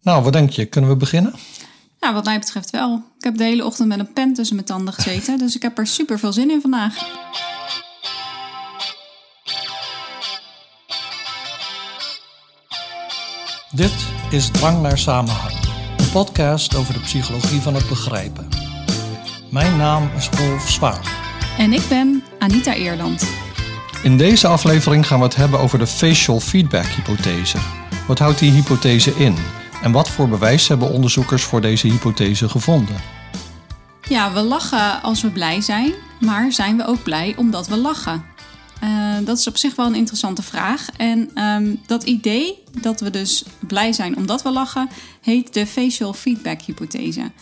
Nou, wat denk je? Kunnen we beginnen? Ja, wat mij betreft wel. Ik heb de hele ochtend met een pen tussen mijn tanden gezeten. Dus ik heb er super veel zin in vandaag. Dit is Drang naar Samenhang. Een podcast over de psychologie van het begrijpen. Mijn naam is Rolf Zwaan. En ik ben Anita Eerland. In deze aflevering gaan we het hebben over de facial feedback hypothese. Wat houdt die hypothese in? En wat voor bewijs hebben onderzoekers voor deze hypothese gevonden? Ja, we lachen als we blij zijn, maar zijn we ook blij omdat we lachen? Dat is op zich wel een interessante vraag. En dat idee dat we dus blij zijn omdat we lachen, heet de facial feedback hypothese.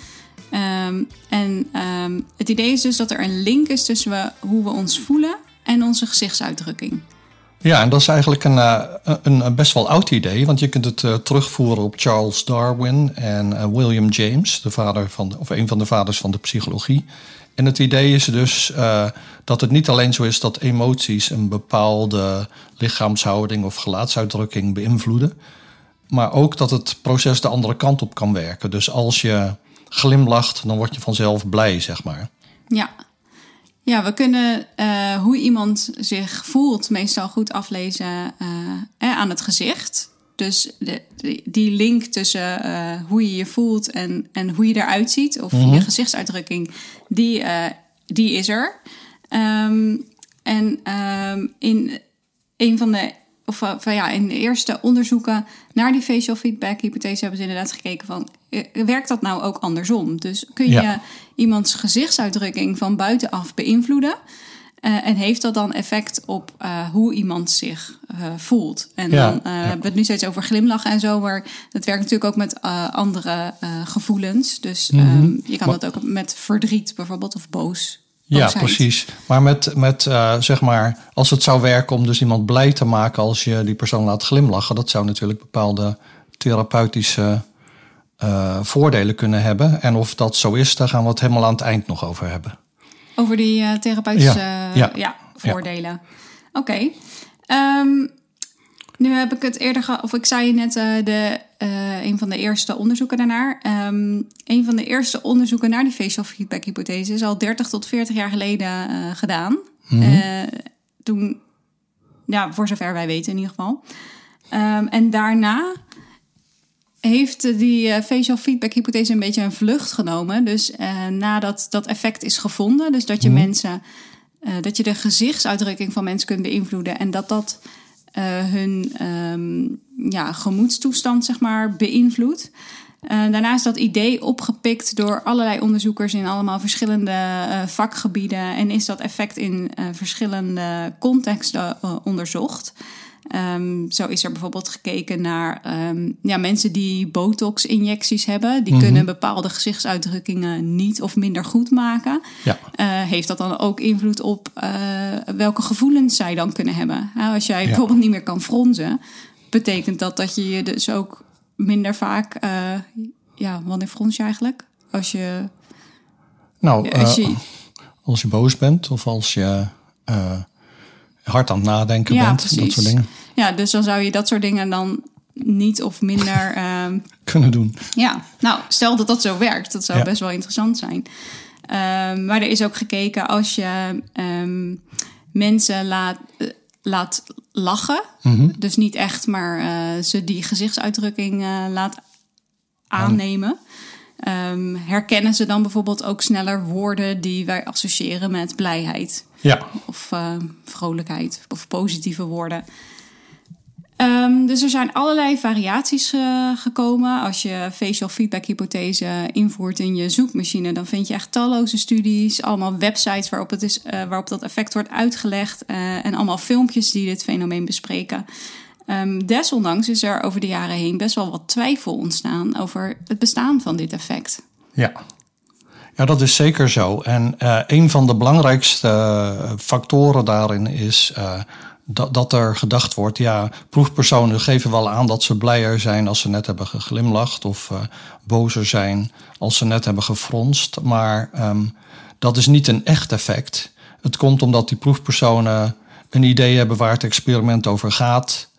Het idee is dus dat er een link is tussen hoe we ons voelen en onze gezichtsuitdrukking. Ja, en dat is eigenlijk een best wel oud idee, want je kunt het terugvoeren op Charles Darwin en William James, een van de vaders van de psychologie. En het idee is dus dat het niet alleen zo is dat emoties een bepaalde lichaamshouding of gelaatsuitdrukking beïnvloeden, maar ook dat het proces de andere kant op kan werken. Dus als je glimlacht, dan word je vanzelf blij, zeg maar. Ja, we kunnen hoe iemand zich voelt meestal goed aflezen aan het gezicht. Dus die link tussen hoe je je voelt en hoe je eruit ziet, of je gezichtsuitdrukking, die is er. In de eerste onderzoeken naar die facial feedback hypothese hebben ze inderdaad gekeken van, werkt dat nou ook andersom? Dus kun je iemands gezichtsuitdrukking van buitenaf beïnvloeden? En heeft dat dan effect op hoe iemand zich voelt? En dan hebben we het nu steeds over glimlachen en zo, maar dat werkt natuurlijk ook met andere gevoelens. Dus je kan dat ook met verdriet bijvoorbeeld of boosheid. Ja, precies. Maar met zeg maar, als het zou werken om dus iemand blij te maken als je die persoon laat glimlachen, dat zou natuurlijk bepaalde therapeutische voordelen kunnen hebben. En of dat zo is, daar gaan we het helemaal aan het eind nog over hebben. Over die therapeutische voordelen. Oké. Nu heb ik het eerder gehad, of ik zei net een van de eerste onderzoeken daarnaar. Een van de eerste onderzoeken naar die facial feedback hypothese is al 30 tot 40 jaar geleden gedaan. Toen, voor zover wij weten in ieder geval. En daarna heeft die facial feedback hypothese een beetje een vlucht genomen. Dus nadat dat effect is gevonden, dus dat je dat je de gezichtsuitdrukking van mensen kunt beïnvloeden en dat hun gemoedstoestand, zeg maar, beïnvloedt. Daarna is dat idee opgepikt door allerlei onderzoekers in allemaal verschillende vakgebieden en is dat effect in verschillende contexten onderzocht. Zo is er bijvoorbeeld gekeken naar mensen die botox-injecties hebben. Die kunnen bepaalde gezichtsuitdrukkingen niet of minder goed maken. Ja. Heeft dat dan ook invloed op welke gevoelens zij dan kunnen hebben? Als jij bijvoorbeeld niet meer kan fronsen, betekent dat je je dus ook minder vaak... wanneer frons je eigenlijk? Als je boos bent of als je hard aan het nadenken bent. Precies. Dat soort dingen. Ja, dus dan zou je dat soort dingen dan niet of minder kunnen doen. Ja, nou, stel dat dat zo werkt. Dat zou best wel interessant zijn. Maar er is ook gekeken als je mensen laat lachen. Dus niet echt, maar ze die gezichtsuitdrukking laat aannemen. Herkennen ze dan bijvoorbeeld ook sneller woorden die wij associëren met blijheid. Ja. Of vrolijkheid of positieve woorden. Dus er zijn allerlei variaties gekomen. Als je facial feedback hypothese invoert in je zoekmachine, dan vind je echt talloze studies, allemaal websites waarop dat effect wordt uitgelegd en allemaal filmpjes die dit fenomeen bespreken. Desondanks is er over de jaren heen best wel wat twijfel ontstaan over het bestaan van dit effect. Ja, dat is zeker zo. En een van de belangrijkste factoren daarin is dat er gedacht wordt, proefpersonen geven wel aan dat ze blijer zijn als ze net hebben geglimlacht of bozer zijn als ze net hebben gefronst. Maar dat is niet een echt effect. Het komt omdat die proefpersonen een idee hebben waar het experiment over gaat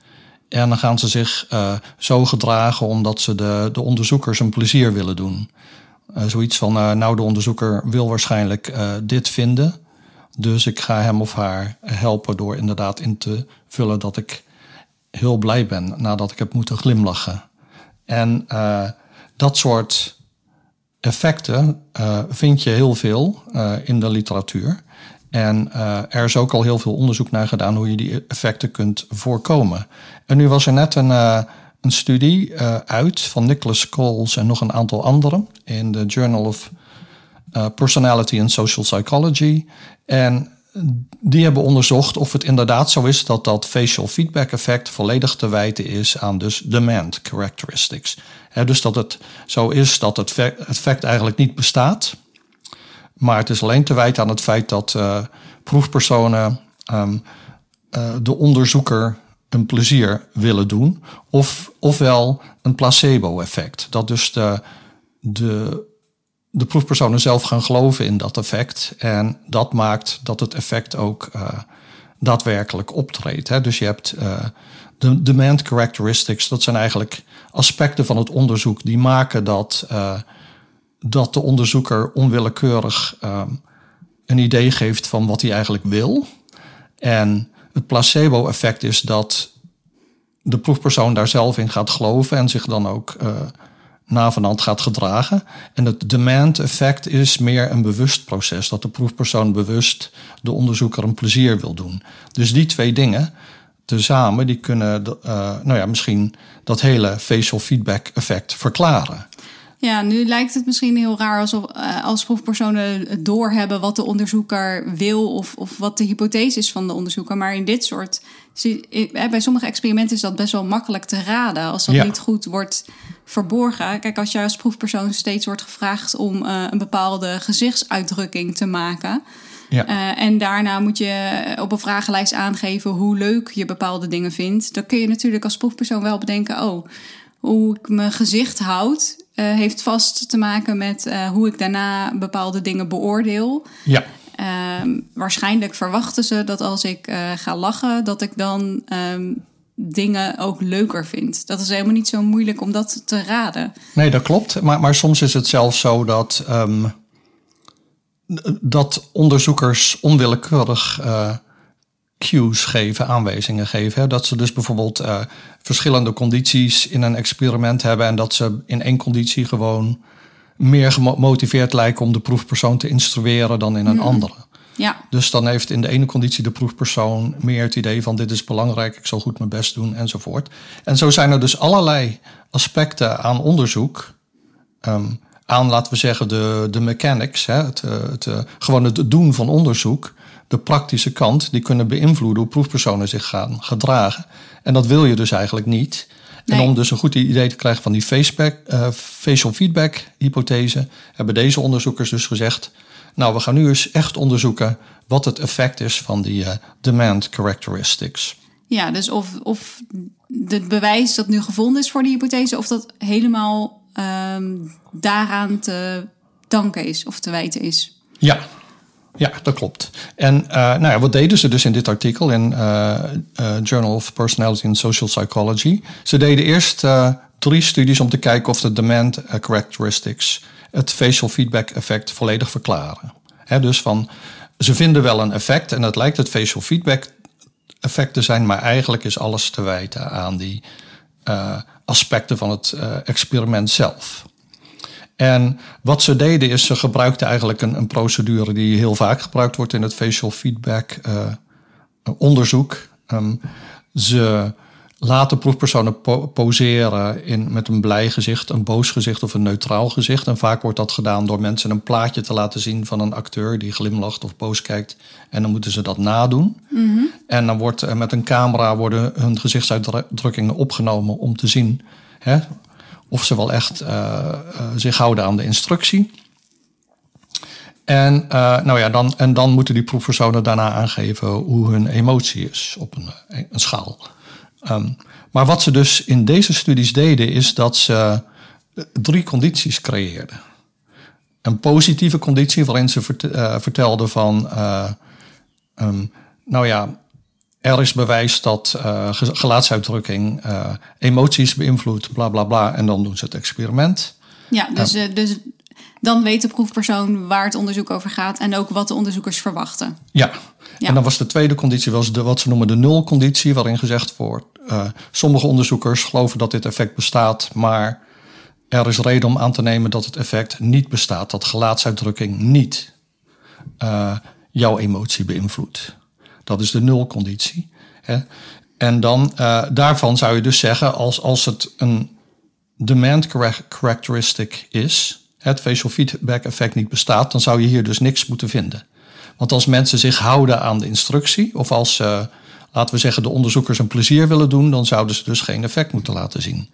En dan gaan ze zich zo gedragen omdat ze de onderzoekers een plezier willen doen. Zoiets van, de onderzoeker wil waarschijnlijk dit vinden. Dus ik ga hem of haar helpen door inderdaad in te vullen dat ik heel blij ben nadat ik heb moeten glimlachen. En dat soort effecten vind je heel veel in de literatuur. En er is ook al heel veel onderzoek naar gedaan hoe je die effecten kunt voorkomen. En nu was er net een studie uit van Nicholas Coles en nog een aantal anderen in de Journal of Personality and Social Psychology. En die hebben onderzocht of het inderdaad zo is dat facial feedback effect volledig te wijten is aan dus demand characteristics. Dus dat het zo is dat het effect eigenlijk niet bestaat. Maar het is alleen te wijten aan het feit dat proefpersonen de onderzoeker een plezier willen doen. Ofwel een placebo-effect. Dat dus de proefpersonen zelf gaan geloven in dat effect. En dat maakt dat het effect ook daadwerkelijk optreedt. Dus je hebt de demand characteristics. Dat zijn eigenlijk aspecten van het onderzoek die maken dat de onderzoeker onwillekeurig een idee geeft van wat hij eigenlijk wil. En het placebo-effect is dat de proefpersoon daar zelf in gaat geloven en zich dan ook navenant gaat gedragen. En het demand-effect is meer een bewust proces, dat de proefpersoon bewust de onderzoeker een plezier wil doen. Dus die twee dingen tezamen, die kunnen misschien dat hele facial feedback effect verklaren. Ja, nu lijkt het misschien heel raar alsof als proefpersonen doorhebben wat de onderzoeker wil of wat de hypothese is van de onderzoeker. Maar in dit soort, bij sommige experimenten is dat best wel makkelijk te raden als dat niet goed wordt verborgen. Kijk, als je als proefpersoon steeds wordt gevraagd om een bepaalde gezichtsuitdrukking te maken. Ja. En daarna moet je op een vragenlijst aangeven hoe leuk je bepaalde dingen vindt. Dan kun je natuurlijk als proefpersoon wel bedenken, hoe ik mijn gezicht houd heeft vast te maken met hoe ik daarna bepaalde dingen beoordeel. Ja. Waarschijnlijk verwachten ze dat als ik ga lachen, dat ik dan dingen ook leuker vind. Dat is helemaal niet zo moeilijk om dat te raden. Nee, dat klopt. Maar soms is het zelfs zo dat onderzoekers onwillekeurig cues geven, aanwijzingen geven. Dat ze dus bijvoorbeeld verschillende condities in een experiment hebben en dat ze in één conditie gewoon meer gemotiveerd lijken om de proefpersoon te instrueren dan in een andere. Ja. Dus dan heeft in de ene conditie de proefpersoon meer het idee van dit is belangrijk, ik zal goed mijn best doen enzovoort. En zo zijn er dus allerlei aspecten aan onderzoek, aan laten we zeggen de mechanics, gewoon het doen van onderzoek, de praktische kant, die kunnen beïnvloeden hoe proefpersonen zich gaan gedragen. En dat wil je dus eigenlijk niet. Nee. En om dus een goed idee te krijgen van die facial feedback hypothese, hebben deze onderzoekers dus gezegd, we gaan nu eens echt onderzoeken wat het effect is van die demand characteristics. Ja, dus of het bewijs dat nu gevonden is voor die hypothese, of dat helemaal daaraan te danken is of te wijten is. Ja, dat klopt. En wat deden ze dus in dit artikel in Journal of Personality and Social Psychology? Ze deden eerst 3 studies om te kijken of de demand characteristics het facial feedback effect volledig verklaren. Dus ze vinden wel een effect en het lijkt het facial feedback effect te zijn, maar eigenlijk is alles te wijten aan die aspecten van het experiment zelf. En wat ze deden is, ze gebruikten eigenlijk een procedure die heel vaak gebruikt wordt in het facial feedback onderzoek. Ze laten proefpersonen poseren met een blij gezicht, een boos gezicht of een neutraal gezicht. En vaak wordt dat gedaan door mensen een plaatje te laten zien van een acteur die glimlacht of boos kijkt. En dan moeten ze dat nadoen. Mm-hmm. En dan wordt met een camera worden hun gezichtsuitdrukkingen opgenomen om te zien of ze wel echt zich houden aan de instructie. En dan moeten die proefpersonen daarna aangeven hoe hun emotie is op een schaal. Maar wat ze dus in deze studies deden, is dat ze 3 condities creëerden. Een positieve conditie waarin ze vertelden van, er is bewijs dat gelaatsuitdrukking emoties beïnvloedt, bla bla bla. En dan doen ze het experiment. Ja, dus dan weet de proefpersoon waar het onderzoek over gaat en ook wat de onderzoekers verwachten. Ja. En dan was de tweede conditie wat ze noemen de nulconditie, waarin gezegd wordt, sommige onderzoekers geloven dat dit effect bestaat, maar er is reden om aan te nemen dat het effect niet bestaat, dat gelaatsuitdrukking niet jouw emotie beïnvloedt. Dat is de nulconditie. Hè? En dan daarvan zou je dus zeggen, als het een demand characteristic is, het facial feedback effect niet bestaat, dan zou je hier dus niks moeten vinden. Want als mensen zich houden aan de instructie, of als, laten we zeggen, de onderzoekers een plezier willen doen, dan zouden ze dus geen effect moeten laten zien.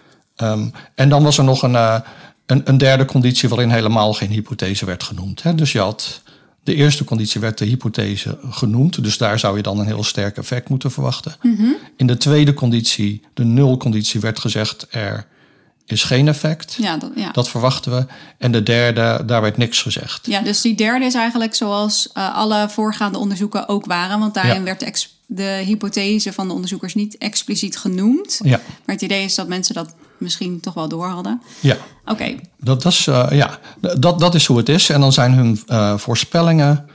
En dan was er nog een derde conditie waarin helemaal geen hypothese werd genoemd. Hè? Dus je had, de eerste conditie werd de hypothese genoemd, dus daar zou je dan een heel sterk effect moeten verwachten. Mm-hmm. In de tweede conditie, de nulconditie, werd gezegd er is geen effect. Ja, dat verwachten we. En de derde, daar werd niks gezegd. Ja, dus die derde is eigenlijk zoals alle voorgaande onderzoeken ook waren. Want daarin werd de hypothese van de onderzoekers niet expliciet genoemd. Ja. Maar het idee is dat mensen dat misschien toch wel door hadden. Ja. Oké. Dat is hoe het is. En dan zijn hun voorspellingen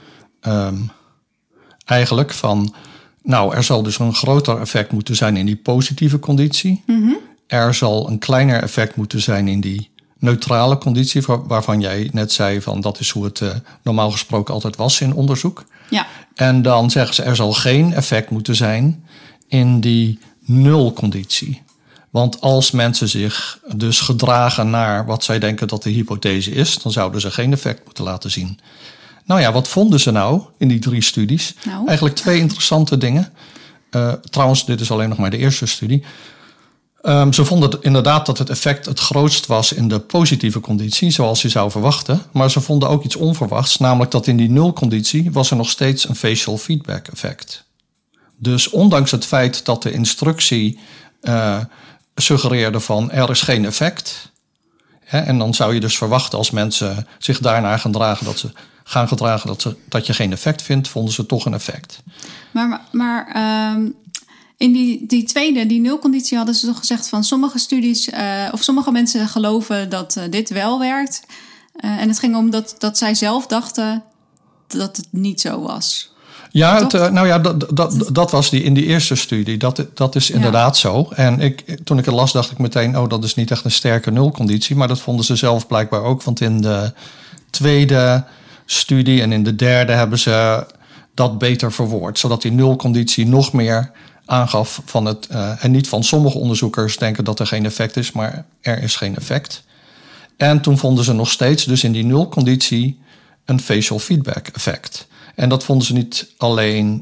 eigenlijk van, nou, er zal dus een groter effect moeten zijn in die positieve conditie. Mm-hmm. Er zal een kleiner effect moeten zijn in die neutrale conditie, waarvan jij net zei van dat is hoe het normaal gesproken altijd was in onderzoek. Ja. En dan zeggen ze er zal geen effect moeten zijn in die nulconditie. Want als mensen zich dus gedragen naar wat zij denken dat de hypothese is, dan zouden ze geen effect moeten laten zien. Nou ja, wat vonden ze nou in die 3 studies? Nou. Eigenlijk 2 interessante dingen. Trouwens, dit is alleen nog maar de eerste studie. Ze vonden inderdaad dat het effect het grootst was in de positieve conditie, zoals je zou verwachten. Maar ze vonden ook iets onverwachts, namelijk dat in die nulconditie was er nog steeds een facial feedback effect. Dus ondanks het feit dat de instructie suggereerde van er is geen effect. Hè, en dan zou je dus verwachten als mensen zich daarnaar gaan gedragen dat je geen effect vindt, vonden ze toch een effect. Maar in die tweede, die nulconditie, hadden ze toch gezegd van sommige studies of sommige mensen geloven dat dit wel werkt. En het ging om dat zij zelf dachten dat het niet zo was. Ja, dat was in die eerste studie. Dat is inderdaad zo. En toen ik het las, dacht ik meteen, dat is niet echt een sterke nulconditie. Maar dat vonden ze zelf blijkbaar ook. Want in de tweede studie en in de derde hebben ze dat beter verwoord. Zodat die nulconditie nog meer aangaf van het, en niet van sommige onderzoekers denken dat er geen effect is, maar er is geen effect. En toen vonden ze nog steeds dus in die nulconditie een facial feedback effect. En dat vonden ze niet alleen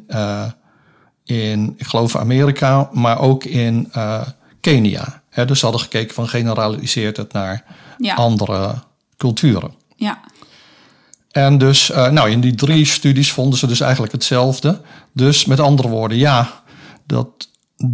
in, ik geloof, Amerika, maar ook in Kenia. Dus ze hadden gekeken van generaliseert het naar andere culturen. Ja. En dus in die 3 studies vonden ze dus eigenlijk hetzelfde. Dus met andere woorden, dat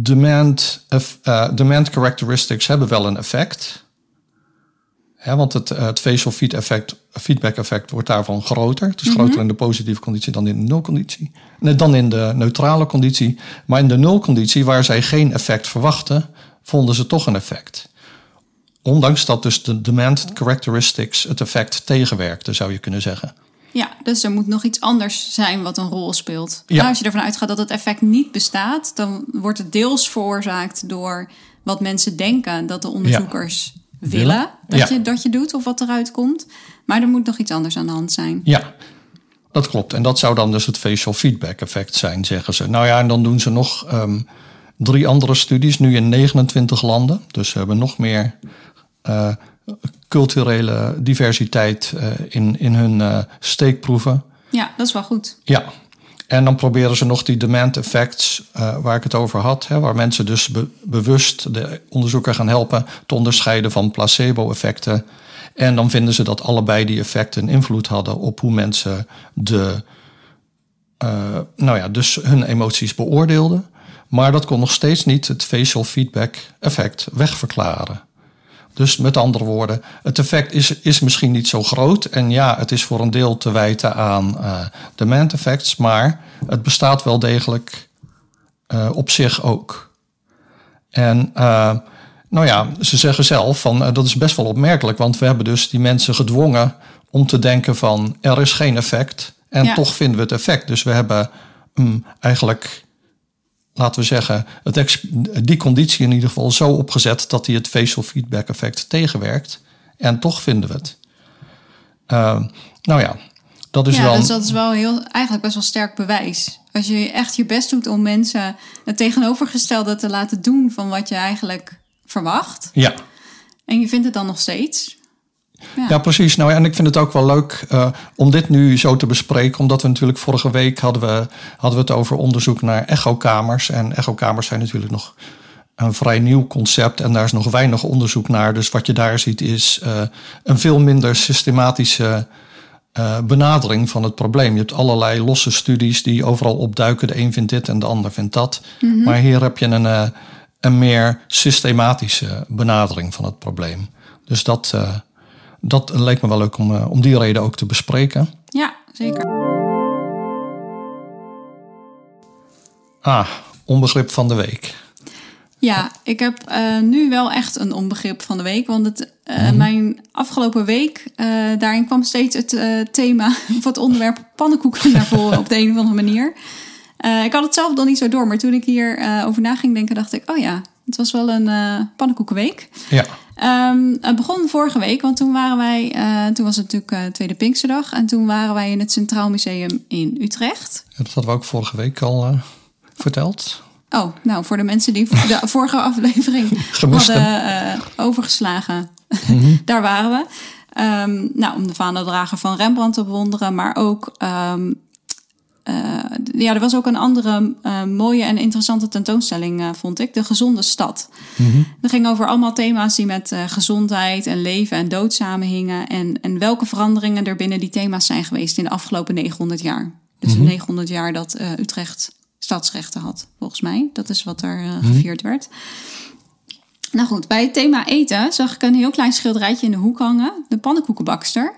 demand characteristics hebben wel een effect. Want het facial feedback effect wordt daarvan groter. Het is groter in de positieve conditie dan in de nulconditie. Dan in de neutrale conditie. Maar in de nulconditie, waar zij geen effect verwachten, vonden ze toch een effect. Ondanks dat dus de demand characteristics het effect tegenwerkte, zou je kunnen zeggen. Ja, dus er moet nog iets anders zijn wat een rol speelt. Ja. Nou, als je ervan uitgaat dat het effect niet bestaat, dan wordt het deels veroorzaakt door wat mensen denken dat de onderzoekers willen dat je doet of wat eruit komt. Maar er moet nog iets anders aan de hand zijn. Ja, dat klopt. En dat zou dan dus het facial feedback effect zijn, zeggen ze. Nou ja, en dan doen ze nog 3 andere studies, nu in 29 landen. Dus ze hebben nog meer culturele diversiteit in hun steekproeven. Ja, dat is wel goed. Ja, en dan proberen ze nog die demand effects waar ik het over had, waar mensen dus bewust de onderzoeker gaan helpen te onderscheiden van placebo-effecten. En dan vinden ze dat allebei die effecten invloed hadden op hoe mensen dus hun emoties beoordeelden. Maar dat kon nog steeds niet het facial feedback effect wegverklaren. Dus met andere woorden, het effect is misschien niet zo groot. En het is voor een deel te wijten aan demand effects. Maar het bestaat wel degelijk op zich ook. En ze zeggen zelf van dat is best wel opmerkelijk, want we hebben dus die mensen gedwongen om te denken van er is geen effect en toch vinden we het effect. Dus we hebben eigenlijk, laten we zeggen, die conditie in ieder geval zo opgezet dat hij het facial feedback effect tegenwerkt en toch vinden we het. Dat is dan... dus dat is wel eigenlijk best wel sterk bewijs. Als je echt je best doet om mensen het tegenovergestelde te laten doen van wat je eigenlijk verwacht. Ja. En je vindt het dan nog steeds. Ja, precies. En ik vind het ook wel leuk om dit nu zo te bespreken. Omdat we natuurlijk vorige week hadden we het over onderzoek naar echokamers. En echokamers zijn natuurlijk nog een vrij nieuw concept. En daar is nog weinig onderzoek naar. Dus wat je daar ziet is een veel minder systematische benadering van het probleem. Je hebt allerlei losse studies die overal opduiken. De een vindt dit en de ander vindt dat. Mm-hmm. Maar hier heb je een meer systematische benadering van het probleem. Dus dat leek me wel leuk om die reden ook te bespreken. Ja, zeker. Onbegrip van de week. Ja, ik heb nu wel echt een onbegrip van de week. Want mijn afgelopen week, daarin kwam steeds het thema of het onderwerp pannenkoeken naar voren op de een of andere manier. Ik had het zelf nog niet zo door, maar toen ik hier over na ging denken, dacht ik, het was wel een pannenkoekenweek. Ja. Het begon vorige week, want toen waren wij, toen was het natuurlijk Tweede Pinksterdag. En toen waren wij in het Centraal Museum in Utrecht. Ja, dat hadden we ook vorige week al verteld. Voor de mensen die de vorige aflevering hadden overgeslagen. Mm-hmm. Daar waren we. Om de vaandeldrager van Rembrandt te bewonderen. Maar ook... er was ook een andere mooie en interessante tentoonstelling, vond ik. De Gezonde Stad. Mm-hmm. Dat ging over allemaal thema's die met gezondheid en leven en dood samenhingen. En welke veranderingen er binnen die thema's zijn geweest in de afgelopen 900 jaar. Dus mm-hmm. 900 jaar dat Utrecht stadsrechten had, volgens mij. Dat is wat er gevierd werd. Nou goed, bij het thema eten zag ik een heel klein schilderijtje in de hoek hangen. De pannenkoekenbakster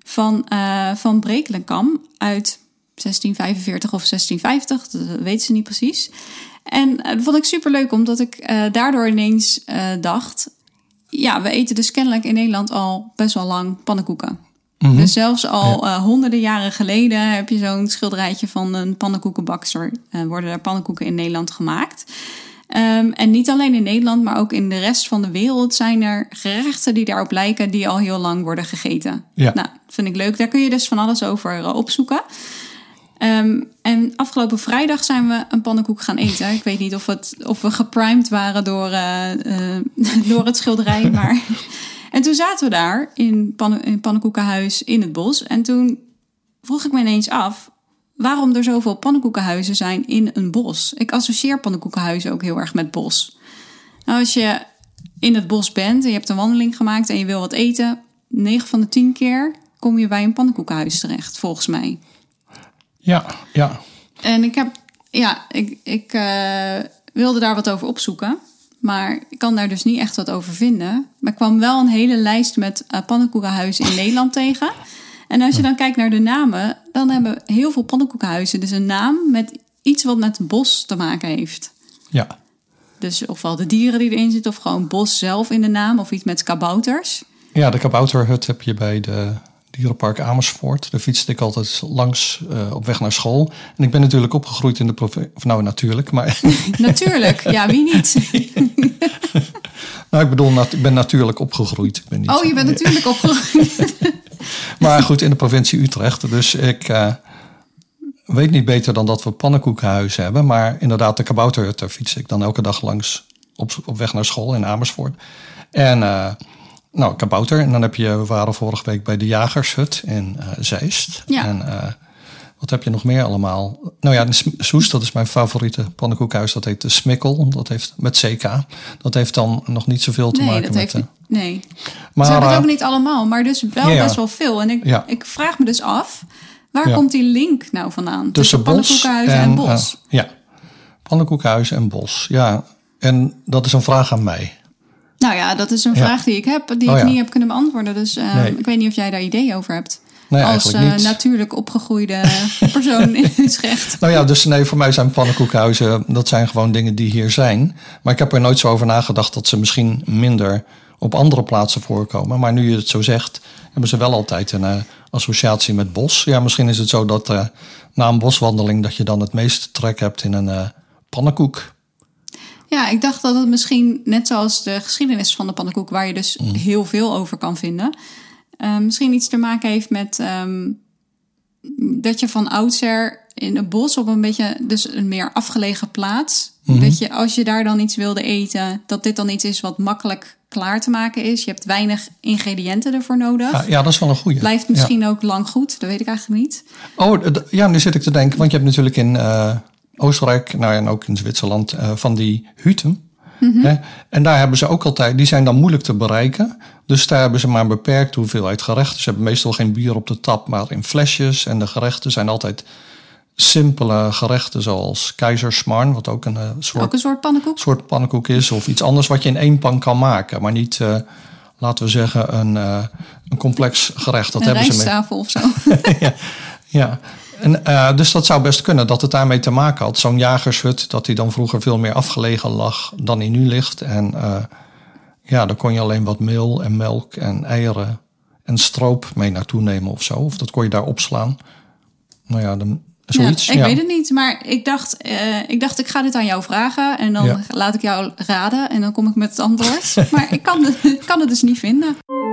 van Brekelenkamp uit 1645 of 1650. Dat weten ze niet precies. En dat vond ik superleuk, omdat ik daardoor ineens dacht... we eten dus kennelijk in Nederland al best wel lang pannenkoeken. Mm-hmm. Dus zelfs al honderden jaren geleden heb je zo'n schilderijtje van een pannenkoekenbakster. Worden er pannenkoeken in Nederland gemaakt. En niet alleen in Nederland, maar ook in de rest van de wereld zijn er gerechten die daarop lijken, die al heel lang worden gegeten. Ja. Nou, dat vind ik leuk. Daar kun je dus van alles over opzoeken. En afgelopen vrijdag zijn we een pannenkoek gaan eten. Ik weet niet of we geprimed waren door het schilderij, maar... En toen zaten we daar in pannenkoekenhuis in het bos. En toen vroeg ik me ineens af waarom er zoveel pannenkoekenhuizen zijn in een bos. Ik associeer pannenkoekenhuizen ook heel erg met bos. Nou, als je in het bos bent en je hebt een wandeling gemaakt en je wil wat eten, 9 van de 10 keer kom je bij een pannenkoekenhuis terecht, volgens mij. Ja. En ik wilde daar wat over opzoeken. Maar ik kan daar dus niet echt wat over vinden. Maar ik kwam wel een hele lijst met pannenkoekenhuizen in Nederland tegen. En als je dan kijkt naar de namen, dan hebben heel veel pannenkoekenhuizen dus een naam met iets wat met bos te maken heeft. Ja. Dus ofwel de dieren die erin zitten, of gewoon bos zelf in de naam, of iets met kabouters. Ja, de kabouterhut heb je bij de dierenpark Amersfoort. Daar fietste ik altijd langs op weg naar school. En ik ben natuurlijk opgegroeid in de provincie. Of nou, natuurlijk, maar... Natuurlijk, ja, wie niet? Nou, ik bedoel, ik ben natuurlijk opgegroeid. Ik ben niet, je bent natuurlijk opgegroeid. Maar goed, in de provincie Utrecht. Dus ik weet niet beter dan dat we pannenkoekenhuizen hebben. Maar inderdaad, de kabouterhut, daar fiets ik dan elke dag langs op weg naar school in Amersfoort. En... kabouter. En dan we waren vorige week bij de Jagershut in Zeist. Ja. En wat heb je nog meer allemaal? Soest, dat is mijn favoriete pannenkoekhuis. Dat heet de Smikkel. Dat heeft met CK. Dat heeft dan nog niet zoveel te maken met... Nee, maar ze hebben het ook niet allemaal. Maar dus wel best wel veel. En ik vraag me dus af, waar komt die link nou vandaan? Tussen pannenkoekhuis en bos? Pannenkoekhuis en bos. Ja, en dat is een vraag aan mij. Nou ja, dat is een vraag die ik heb, die ik niet heb kunnen beantwoorden. Dus ik weet niet of jij daar ideeën over hebt. Nee, als natuurlijk opgegroeide persoon in Utrecht. Nou ja, dus nee, voor mij zijn pannenkoekhuizen, dat zijn gewoon dingen die hier zijn. Maar ik heb er nooit zo over nagedacht dat ze misschien minder op andere plaatsen voorkomen. Maar nu je het zo zegt, hebben ze wel altijd een associatie met bos. Ja, misschien is het zo dat na een boswandeling dat je dan het meeste trek hebt in een pannenkoek. Ja, ik dacht dat het misschien net zoals de geschiedenis van de pannenkoek, waar je dus heel veel over kan vinden, misschien iets te maken heeft met dat je van oudsher in een bos op een beetje, dus een meer afgelegen plaats, dat je als je daar dan iets wilde eten, dat dit dan iets is wat makkelijk klaar te maken is. Je hebt weinig ingrediënten ervoor nodig. Ja, dat is wel een goeie. Blijft misschien ook lang goed, dat weet ik eigenlijk niet. Oh, ja, nu zit ik te denken, want je hebt natuurlijk in Oostenrijk, nou ja, en ook in Zwitserland, van die hütten. Hè? En daar hebben ze ook altijd, die zijn dan moeilijk te bereiken. Dus daar hebben ze maar een beperkte hoeveelheid gerechten. Ze hebben meestal geen bier op de tap, maar in flesjes. En de gerechten zijn altijd simpele gerechten, zoals keizersmarn, wat ook een soort pannenkoek is. Of iets anders wat je in één pan kan maken, maar niet, laten we zeggen, een complex gerecht. Dat een hebben rijsttafel of zo. ja. En, dus dat zou best kunnen dat het daarmee te maken had. Zo'n jagershut, dat die dan vroeger veel meer afgelegen lag dan die nu ligt. En dan kon je alleen wat meel en melk en eieren en stroop mee naartoe nemen of zo. Of dat kon je daar opslaan. Nou ja, zoiets. Ja, ik weet het niet, maar ik dacht, ik ga dit aan jou vragen. En dan laat ik jou raden en dan kom ik met het antwoord. Maar ik kan het dus niet vinden.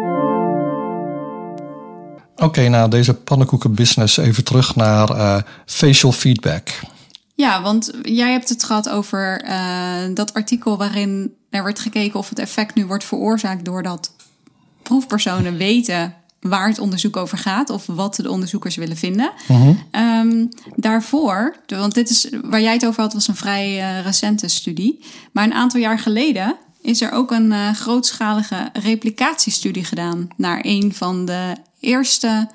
Oké, nou deze pannenkoekenbusiness even terug naar facial feedback. Ja, want jij hebt het gehad over dat artikel waarin er werd gekeken of het effect nu wordt veroorzaakt doordat proefpersonen weten waar het onderzoek over gaat of wat de onderzoekers willen vinden. Daarvoor, want dit is waar jij het over had, was een vrij recente studie. Maar een aantal jaar geleden is er ook een grootschalige replicatiestudie gedaan naar een van de eerste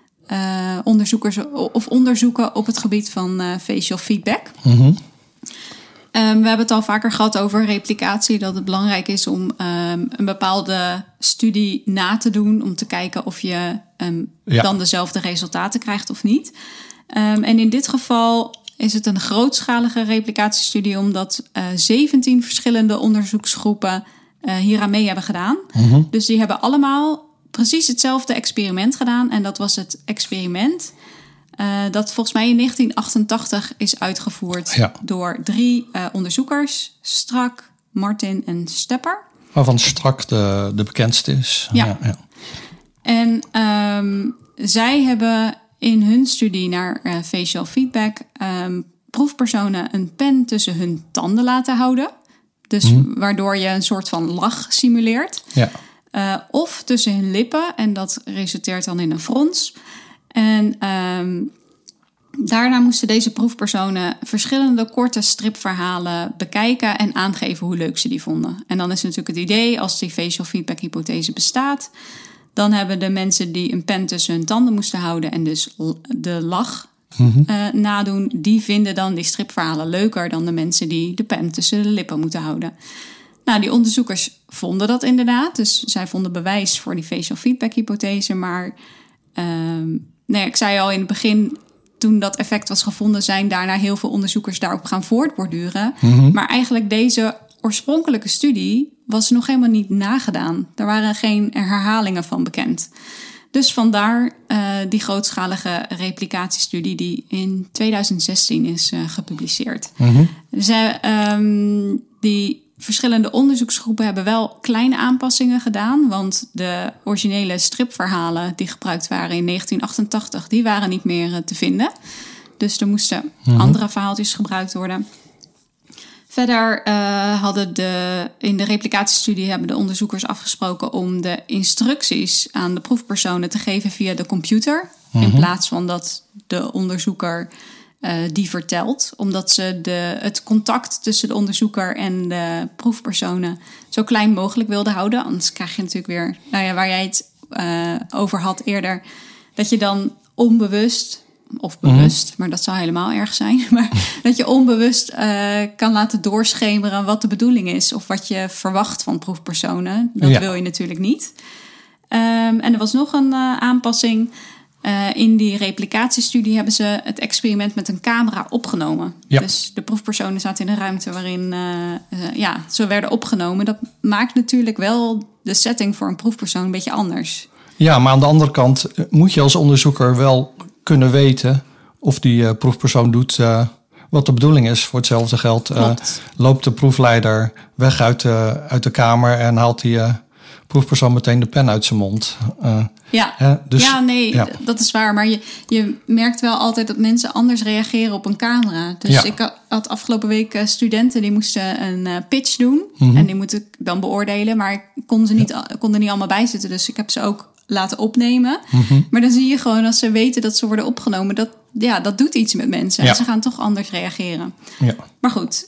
onderzoeken op het gebied van facial feedback. We hebben het al vaker gehad over replicatie, dat het belangrijk is om een bepaalde studie na te doen om te kijken of je dan dezelfde resultaten krijgt of niet. En in dit geval is het een grootschalige replicatiestudie omdat 17 verschillende onderzoeksgroepen hieraan mee hebben gedaan. Dus die hebben allemaal precies hetzelfde experiment gedaan. En dat was het experiment dat volgens mij in 1988 is uitgevoerd door 3 onderzoekers. Strak, Martin en Stepper. Waarvan Strak de bekendste is. Ja. En zij hebben in hun studie naar facial feedback proefpersonen een pen tussen hun tanden laten houden. Dus waardoor je een soort van lach simuleert. Ja. Of tussen hun lippen. En dat resulteert dan in een frons. En daarna moesten deze proefpersonen verschillende korte stripverhalen bekijken en aangeven hoe leuk ze die vonden. En dan is natuurlijk het idee, als die facial feedback hypothese bestaat, dan hebben de mensen die een pen tussen hun tanden moesten houden en dus de lach nadoen, die vinden dan die stripverhalen leuker dan de mensen die de pen tussen de lippen moeten houden. Nou, die onderzoekers vonden dat inderdaad. Dus zij vonden bewijs voor die facial feedback hypothese. Maar ik zei al in het begin, toen dat effect was gevonden, zijn daarna heel veel onderzoekers daarop gaan voortborduren. Maar eigenlijk deze oorspronkelijke studie was nog helemaal niet nagedaan. Er waren geen herhalingen van bekend. Dus vandaar die grootschalige replicatiestudie die in 2016 is gepubliceerd. Die verschillende onderzoeksgroepen hebben wel kleine aanpassingen gedaan. Want de originele stripverhalen die gebruikt waren in 1988, die waren niet meer te vinden. Dus er moesten andere verhaaltjes gebruikt worden. Verder in de replicatiestudie hebben de onderzoekers afgesproken om de instructies aan de proefpersonen te geven via de computer. In plaats van dat de onderzoeker die vertelt. Omdat ze het contact tussen de onderzoeker en de proefpersonen zo klein mogelijk wilden houden. Anders krijg je natuurlijk weer, waar jij het over had eerder, dat je dan onbewust, of bewust, maar dat zou helemaal erg zijn, maar dat je onbewust kan laten doorschemeren wat de bedoeling is of wat je verwacht van proefpersonen. Dat wil je natuurlijk niet. En er was nog een aanpassing. In die replicatiestudie hebben ze het experiment met een camera opgenomen. Ja. Dus de proefpersonen zaten in een ruimte waarin ze werden opgenomen. Dat maakt natuurlijk wel de setting voor een proefpersoon een beetje anders. Ja, maar aan de andere kant moet je als onderzoeker wel kunnen weten of die proefpersoon doet wat de bedoeling is. Voor hetzelfde geld loopt de proefleider weg uit de kamer en haalt die proefpersoon meteen de pen uit zijn mond. Dat is waar. Maar je merkt wel altijd dat mensen anders reageren op een camera. Dus ik had afgelopen week studenten die moesten een pitch doen. Mm-hmm. En die moet ik dan beoordelen. Maar ik kon er niet allemaal bij zitten. Dus ik heb ze ook laten opnemen. Mm-hmm. Maar dan zie je gewoon als ze weten dat ze worden opgenomen. Dat doet iets met mensen. Ja. En ze gaan toch anders reageren. Ja. Maar goed,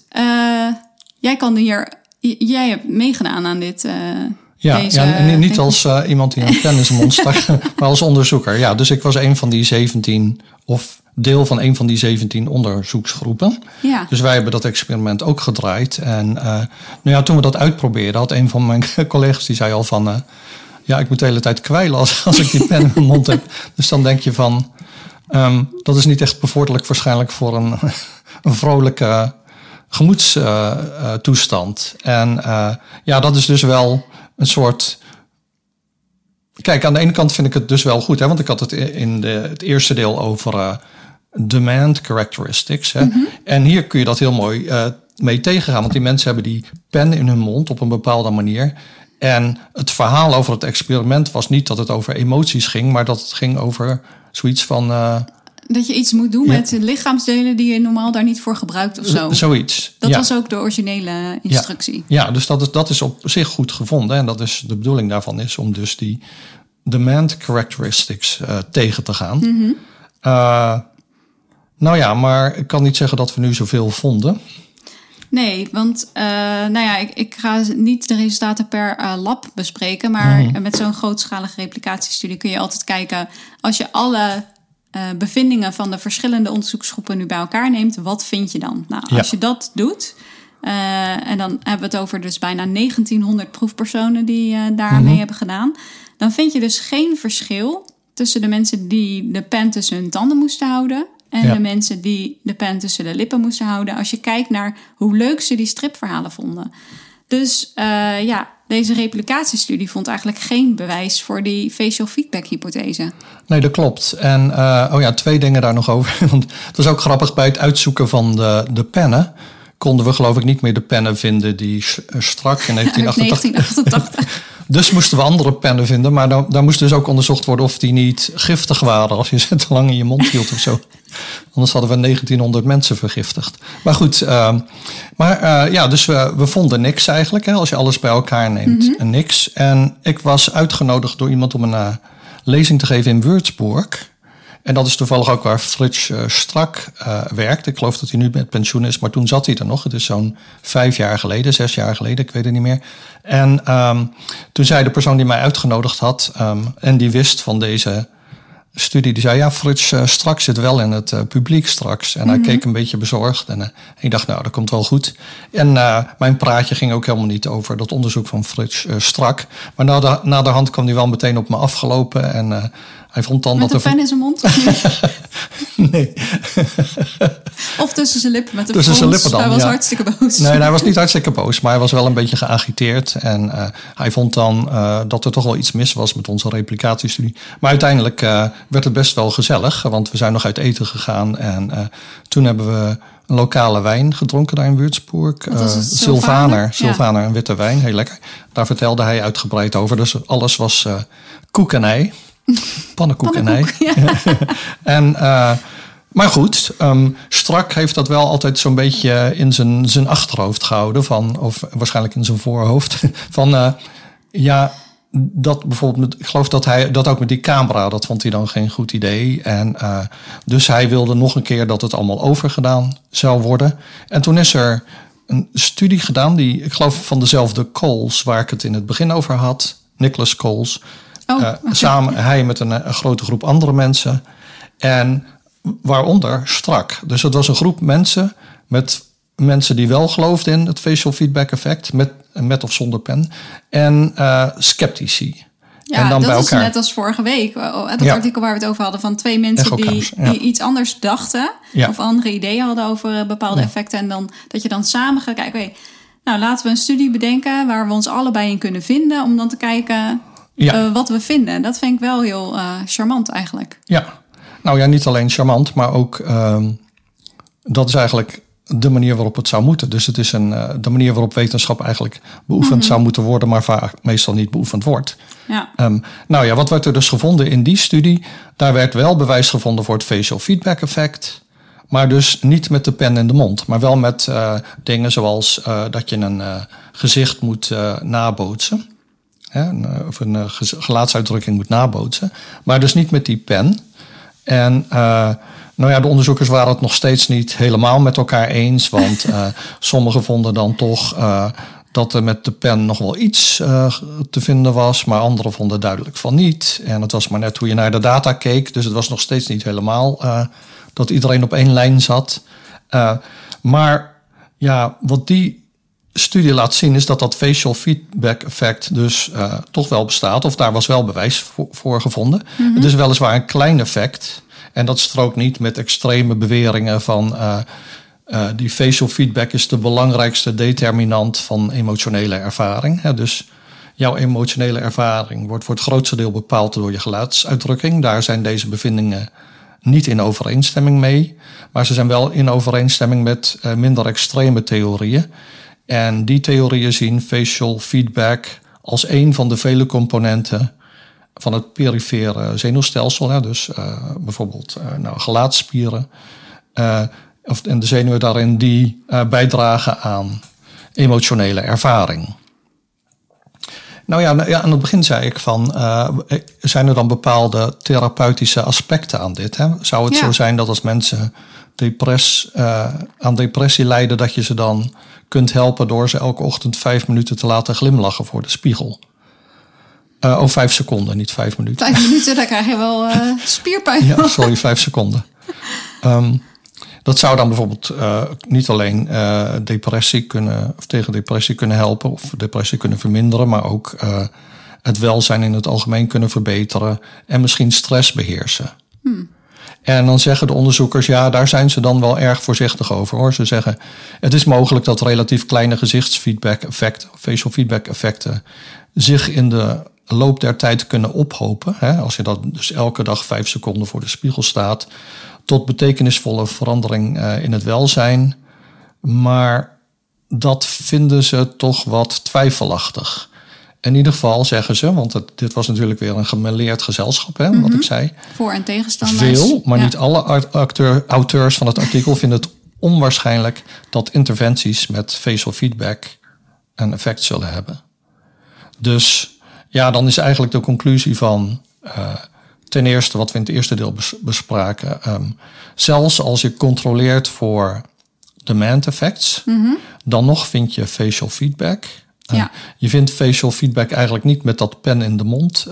jij hebt meegedaan aan dit. En niet als iemand die een pen in zijn mond stak, maar als onderzoeker. Ja, dus ik was een van die 17 of deel van een van die 17 onderzoeksgroepen. Ja. Dus wij hebben dat experiment ook gedraaid. En toen we dat uitprobeerden, had een van mijn collega's die zei al van, ik moet de hele tijd kwijlen als ik die pen in mijn mond heb. Dus dan denk je van, dat is niet echt bevorderlijk waarschijnlijk voor een vrolijke gemoedstoestand. En dat is dus wel een soort. Kijk, aan de ene kant vind ik het dus wel goed, hè, want ik had het in het eerste deel over demand characteristics. Hè. Mm-hmm. En hier kun je dat heel mooi mee tegengaan, want die mensen hebben die pen in hun mond op een bepaalde manier. En het verhaal over het experiment was niet dat het over emoties ging, maar dat het ging over zoiets van. Dat je iets moet doen met lichaamsdelen die je normaal daar niet voor gebruikt of zo. Zoiets. Dat was ook de originele instructie. Ja, dus dat is op zich goed gevonden. En dat is de bedoeling daarvan is om dus die demand characteristics tegen te gaan. Mm-hmm. Maar ik kan niet zeggen dat we nu zoveel vonden. Nee, want ik ga niet de resultaten per lab bespreken. Maar met zo'n grootschalige replicatiestudie kun je altijd kijken, als je alle bevindingen van de verschillende onderzoeksgroepen nu bij elkaar neemt, wat vind je dan? Nou, als je dat doet, en dan hebben we het over dus bijna 1900 proefpersonen die daarmee hebben gedaan, dan vind je dus geen verschil tussen de mensen die de pen tussen hun tanden moesten houden en de mensen die de pen tussen de lippen moesten houden, als je kijkt naar hoe leuk ze die stripverhalen vonden. Dus deze replicatiestudie vond eigenlijk geen bewijs voor die facial feedback hypothese. Nee, dat klopt. En 2 dingen daar nog over. Want het was ook grappig, bij het uitzoeken van de pennen konden we geloof ik niet meer de pennen vinden die strak in 1988. Dus moesten we andere pennen vinden, maar daar moest dus ook onderzocht worden of die niet giftig waren als je ze te lang in je mond hield of zo. Anders hadden we 1900 mensen vergiftigd. Maar goed, dus we vonden niks eigenlijk. Hè, als je alles bij elkaar neemt, niks. En ik was uitgenodigd door iemand om een lezing te geven in Würzburg. En dat is toevallig ook waar Fritz Strack werkt. Ik geloof dat hij nu met pensioen is, maar toen zat hij er nog. Het is zo'n 6 jaar geleden, ik weet het niet meer. En toen zei de persoon die mij uitgenodigd had, en die wist van deze studie, die zei, Fritz Strack zit wel in het publiek straks. En hij keek een beetje bezorgd en ik dacht, dat komt wel goed. En mijn praatje ging ook helemaal niet over dat onderzoek van Fritz Strack. Maar naderhand kwam hij wel meteen op me afgelopen en hij vond dan met dat een pen in zijn mond? Nee. Of tussen zijn lippen met een tussen zijn lippen dan, hij was hartstikke boos. Nee, hij was niet hartstikke boos, maar hij was wel een beetje geagiteerd. En hij vond dan dat er toch wel iets mis was met onze replicatiestudie. Maar uiteindelijk werd het best wel gezellig, want we zijn nog uit eten gegaan. En toen hebben we een lokale wijn gedronken daar in Würzburg. Sylvaner, een witte wijn, heel lekker. Daar vertelde hij uitgebreid over. Dus alles was koek en ei. Pannenkoek en ei. Ja. En, maar goed, Strack heeft dat wel altijd zo'n beetje in zijn achterhoofd gehouden. Of waarschijnlijk in zijn voorhoofd. Dat bijvoorbeeld, ik geloof dat hij dat ook met die camera, dat vond hij dan geen goed idee. En dus hij wilde nog een keer dat het allemaal overgedaan zou worden. En toen is er een studie gedaan, die, ik geloof van dezelfde Coles, waar ik het in het begin over had. Nicholas Coles. Samen hij met een grote groep andere mensen. En waaronder Strack. Dus het was een groep mensen met mensen die wel geloofden in het facial feedback effect, met of zonder pen. En sceptici. en dan dat bij is elkaar. net als vorige week. Het artikel waar we het over hadden van 2 mensen die iets anders dachten. Ja. Of andere ideeën hadden over bepaalde effecten. En dan dat je dan samen gaat kijken. Okay, nou, laten we een studie bedenken waar we ons allebei in kunnen vinden. Om dan te kijken wat we vinden. Dat vind ik wel heel charmant eigenlijk. Ja, nou ja, niet alleen charmant, maar ook dat is eigenlijk de manier waarop het zou moeten. Dus het is de manier waarop wetenschap eigenlijk beoefend zou moeten worden, maar vaak meestal niet beoefend wordt. Ja. Nou ja, wat werd er dus gevonden in die studie? Daar werd wel bewijs gevonden voor het facial feedback effect, maar dus niet met de pen in de mond, maar wel met dingen zoals dat je een gezicht moet nabootsen. Of een gelaatsuitdrukking moet nabootsen, maar dus niet met die pen. En nou ja, de onderzoekers waren het nog steeds niet helemaal met elkaar eens, want sommigen vonden dan toch dat er met de pen nog wel iets te vinden was, maar anderen vonden duidelijk van niet. En het was maar net hoe je naar de data keek, dus het was nog steeds niet helemaal dat iedereen op één lijn zat. Maar ja, wat die studie laat zien is dat facial feedback effect dus toch wel bestaat. Of daar was wel bewijs voor gevonden. Mm-hmm. Het is weliswaar een klein effect. En dat strookt niet met extreme beweringen van die facial feedback is de belangrijkste determinant van emotionele ervaring. Dus jouw emotionele ervaring wordt voor het grootste deel bepaald door je gelaatsuitdrukking. Daar zijn deze bevindingen niet in overeenstemming mee. Maar ze zijn wel in overeenstemming met minder extreme theorieën. En die theorieën zien facial feedback als een van de vele componenten van het perifere zenuwstelsel. Dus bijvoorbeeld gelaatsspieren en de zenuwen daarin die bijdragen aan emotionele ervaring. Nou ja, aan het begin zei ik van, zijn er dan bepaalde therapeutische aspecten aan dit? Hè? Zou het zo zijn dat als mensen aan depressie lijden, dat je ze dan kunt helpen door ze elke ochtend 5 minuten te laten glimlachen voor de spiegel? 5 seconden, niet 5 minuten. 5 minuten, daar krijg je wel spierpijn. Ja, sorry, 5 seconden. Dat zou dan bijvoorbeeld niet alleen tegen depressie kunnen helpen of depressie kunnen verminderen, maar ook het welzijn in het algemeen kunnen verbeteren en misschien stress beheersen. En dan zeggen de onderzoekers, ja, daar zijn ze dan wel erg voorzichtig over, hoor. Ze zeggen, het is mogelijk dat relatief kleine gezichtsfeedback effecten, facial feedback effecten, zich in de loop der tijd kunnen ophopen. Hè, als je dat dus elke dag 5 seconden voor de spiegel staat, tot betekenisvolle verandering in het welzijn. Maar dat vinden ze toch wat twijfelachtig. In ieder geval zeggen ze, want dit was natuurlijk weer een gemêleerd gezelschap, hè, wat ik zei. Voor- en tegenstanders. Veel, maar niet alle auteurs van het artikel vinden het onwaarschijnlijk dat interventies met facial feedback een effect zullen hebben. Dus ja, dan is eigenlijk de conclusie van, ten eerste wat we in het eerste deel bespraken, zelfs als je controleert voor demand effects, dan nog vind je facial feedback. Je vindt facial feedback eigenlijk niet met dat pen in de mond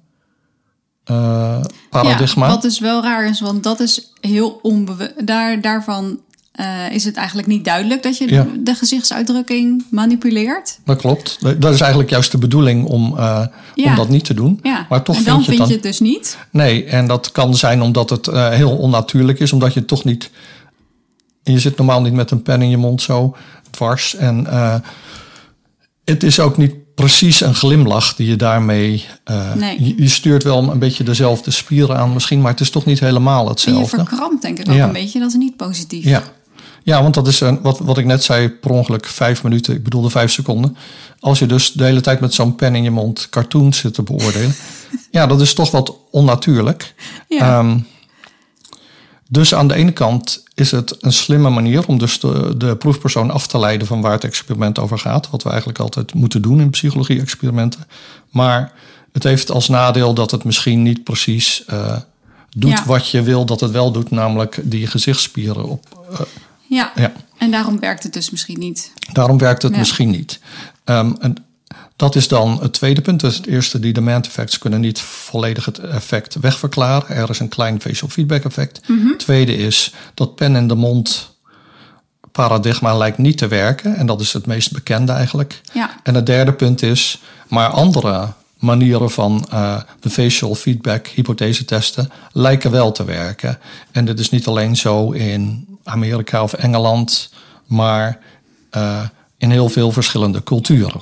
paradigma. Ja, wat dus wel raar is, want dat is heel onbewust. Daarvan is het eigenlijk niet duidelijk dat je de gezichtsuitdrukking manipuleert. Dat klopt. Dat is eigenlijk juist de bedoeling om dat niet te doen. Ja. Maar toch en dan vind je het dus niet. Nee, en dat kan zijn omdat het heel onnatuurlijk is, omdat je toch niet. Je zit normaal niet met een pen in je mond zo dwars. En het is ook niet precies een glimlach die je daarmee. Nee. Je stuurt wel een beetje dezelfde spieren aan misschien, maar het is toch niet helemaal hetzelfde. En je verkrampt denk ik ook een beetje. Dat is niet positief. Ja, want dat is wat ik net zei, per ongeluk 5 minuten. Ik bedoelde 5 seconden. Als je dus de hele tijd met zo'n pen in je mond cartoons zit te beoordelen. Ja, dat is toch wat onnatuurlijk. Ja. Dus aan de ene kant is het een slimme manier om dus de proefpersoon af te leiden van waar het experiment over gaat. Wat we eigenlijk altijd moeten doen in psychologie-experimenten. Maar het heeft als nadeel dat het misschien niet precies doet wat je wil dat het wel doet. Namelijk die gezichtsspieren op. En daarom werkt het dus misschien niet. Daarom werkt het misschien niet. En dat is dan het tweede punt. Dus het eerste, die demand effects kunnen niet volledig het effect wegverklaren. Er is een klein facial feedback effect. Het tweede is dat pen in de mond paradigma lijkt niet te werken. En dat is het meest bekende eigenlijk. Ja. En het derde punt is, maar andere manieren van de facial feedback hypothese testen lijken wel te werken. En dit is niet alleen zo in Amerika of Engeland, maar in heel veel verschillende culturen.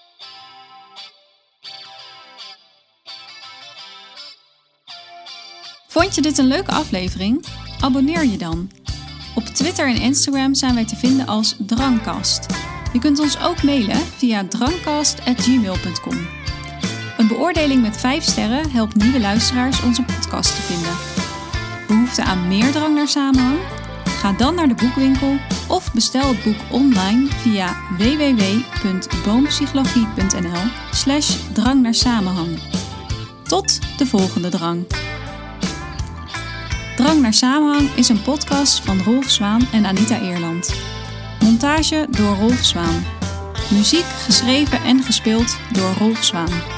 Vond je dit een leuke aflevering? Abonneer je dan. Op Twitter en Instagram zijn wij te vinden als Drangkast. Je kunt ons ook mailen via drangkast@gmail.com. Een beoordeling met 5 sterren helpt nieuwe luisteraars onze podcast te vinden. Behoefte aan meer drang naar samenhang? Ga dan naar de boekwinkel of bestel het boek online via www.boompsychologie.nl/drang naar samenhang. Tot de volgende drang. Drang naar samenhang is een podcast van Rolf Zwaan en Anita Eerland. Montage door Rolf Zwaan. Muziek geschreven en gespeeld door Rolf Zwaan.